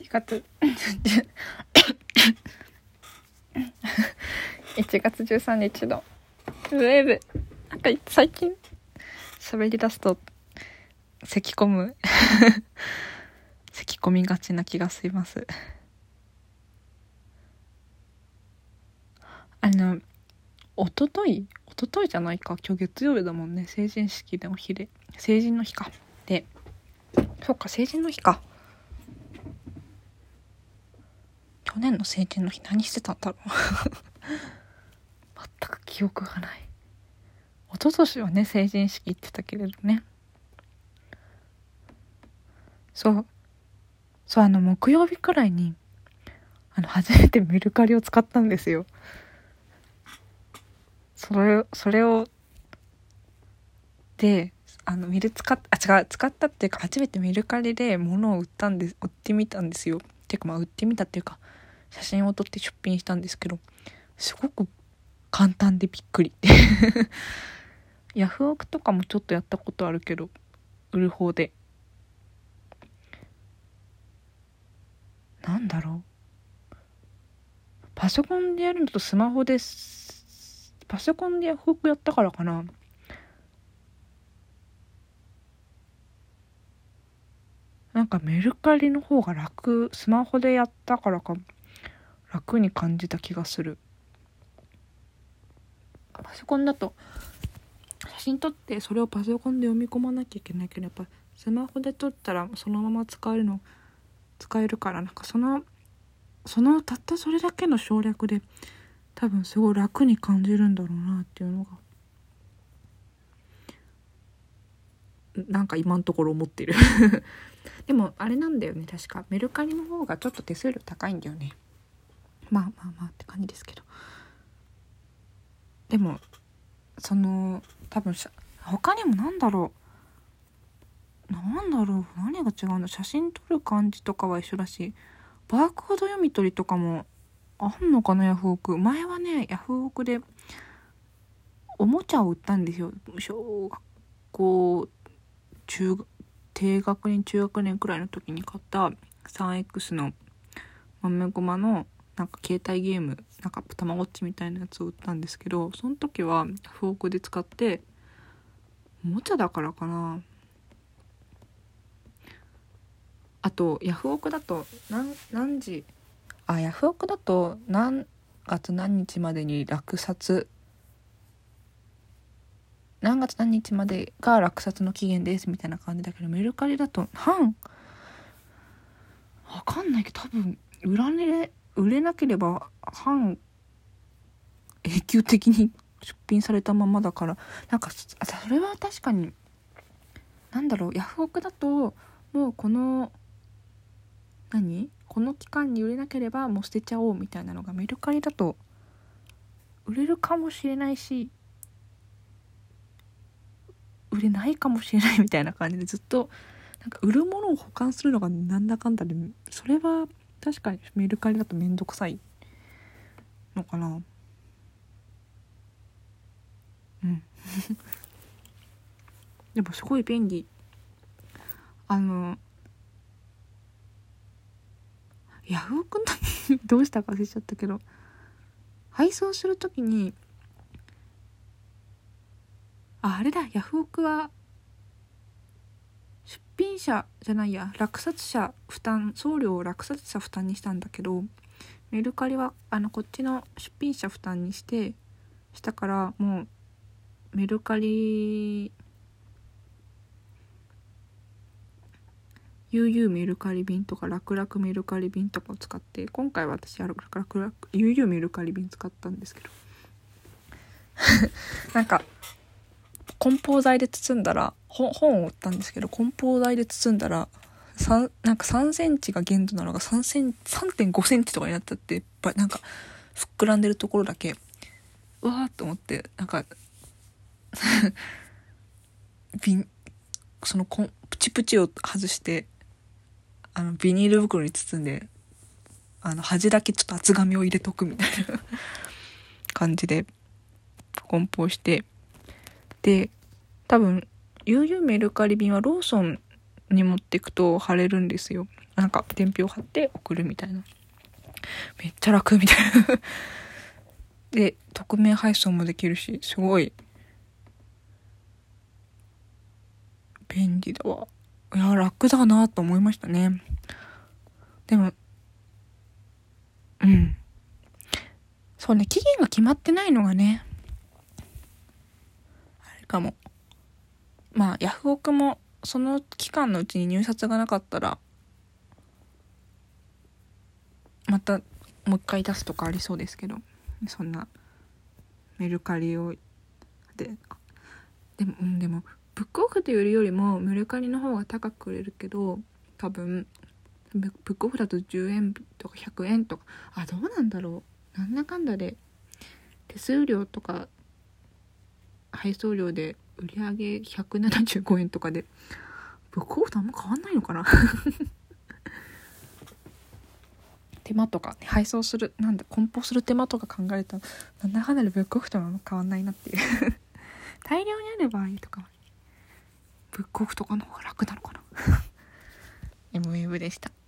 月1月13日のウェーブ。なんか最近喋り出すと咳込む咳込みがちな気がします。おとといじゃないか、今日月曜日だもんね。成人式の日で、成人の日かで、そうか、成人の日か。去年の成人の日何してたんだろう全く記憶がない。一昨年はね、成人式行ってたけれどね。そう木曜日くらいに初めてメルカリを使ったんですよ。それをで使ったっていうか、初めてメルカリで物を売ってみたんですよ。てか売ってみたっていうか、写真を撮って出品したんですけど、すごく簡単でびっくりヤフオクとかもちょっとやったことあるけど、売る方で、なんだろう、パソコンでやるのとスマホです。パソコンでヤフオクやったからかな。なんかメルカリの方が楽、スマホでやったからか楽に感じた気がする。パソコンだと写真撮ってそれをパソコンで読み込まなきゃいけないけど、やっぱスマホで撮ったらそのまま使えるから、なんかそのたったそれだけの省略で多分すごい楽に感じるんだろうなっていうのがなんか今のところ思ってるでもあれなんだよね、確かメルカリの方がちょっと手数料高いんだよね。まあって感じですけど、でも多分他にも何が違うんだ。写真撮る感じとかは一緒だし、バーコード読み取りとかもあんのかな、ヤフオク。前はね、ヤフオクでおもちゃを売ったんですよ。小学校低学年中学年くらいの時に買った 3X の豆駒のなんか携帯ゲーム、なんかたまごっちみたいなやつを売ったんですけど、その時はヤフオクで使って、おもちゃだからかな。あとヤフオクだと何月何日までに何月何日までが落札の期限ですみたいな感じだけど、メルカリだとわかんないけど、多分売れなければ永久的に出品されたままだから、なんかそれは確かにヤフオクだともうこの期間に売れなければもう捨てちゃおうみたいなのが、メルカリだと売れるかもしれないし売れないかもしれないみたいな感じで、ずっとなんか売るものを保管するのがなんだかんだで、それは確かにメルカリだとめんどくさいのかな。でもすごい便利。ヤフオクのどうしたか忘れちゃったけど、配送するときにあれだ、ヤフオクは出品者じゃないや、落札者負担、送料を落札者負担にしたんだけど、メルカリはこっちの出品者負担にしたから、もうメルカリ悠々メルカリ便とか楽々メルカリ便とかを使って、今回は私悠々メルカリ便使ったんですけどなんか梱包材で包んだら、本を売ったんですけど、梱包材で包んだらなんか3センチが限度なのが3.5 センチとかになっちゃって、なんか膨らんでるところだけうわーっと思って、なんかそのプチプチを外してビニール袋に包んで、端だけちょっと厚紙を入れとくみたいな感じで梱包して、で多分悠々メルカリ便はローソンに持っていくと貼れるんですよ。なんか伝票貼って送るみたいな。めっちゃ楽みたいなで匿名配送もできるし、すごい便利だわ。いや楽だなと思いましたね。でもそうね、期限が決まってないのがねあれかも。まあヤフオクもその期間のうちに入札がなかったらまたもう一回出すとかありそうですけど、そんなメルカリをでもブックオフというよりもメルカリの方が高く売れるけど、多分ブックオフだと10円とか100円とか、どうなんだろう、なんだかんだで手数料とか配送料で売り上げ175円とかで、ブックオフとあんま変わんないのかな手間とか、ね、配送する梱包する手間とか考えたらなんだかんだでブックオフとあんま変わんないなっていう大量にある場合とかブックオフとかの方が楽なのかなMWeb でした。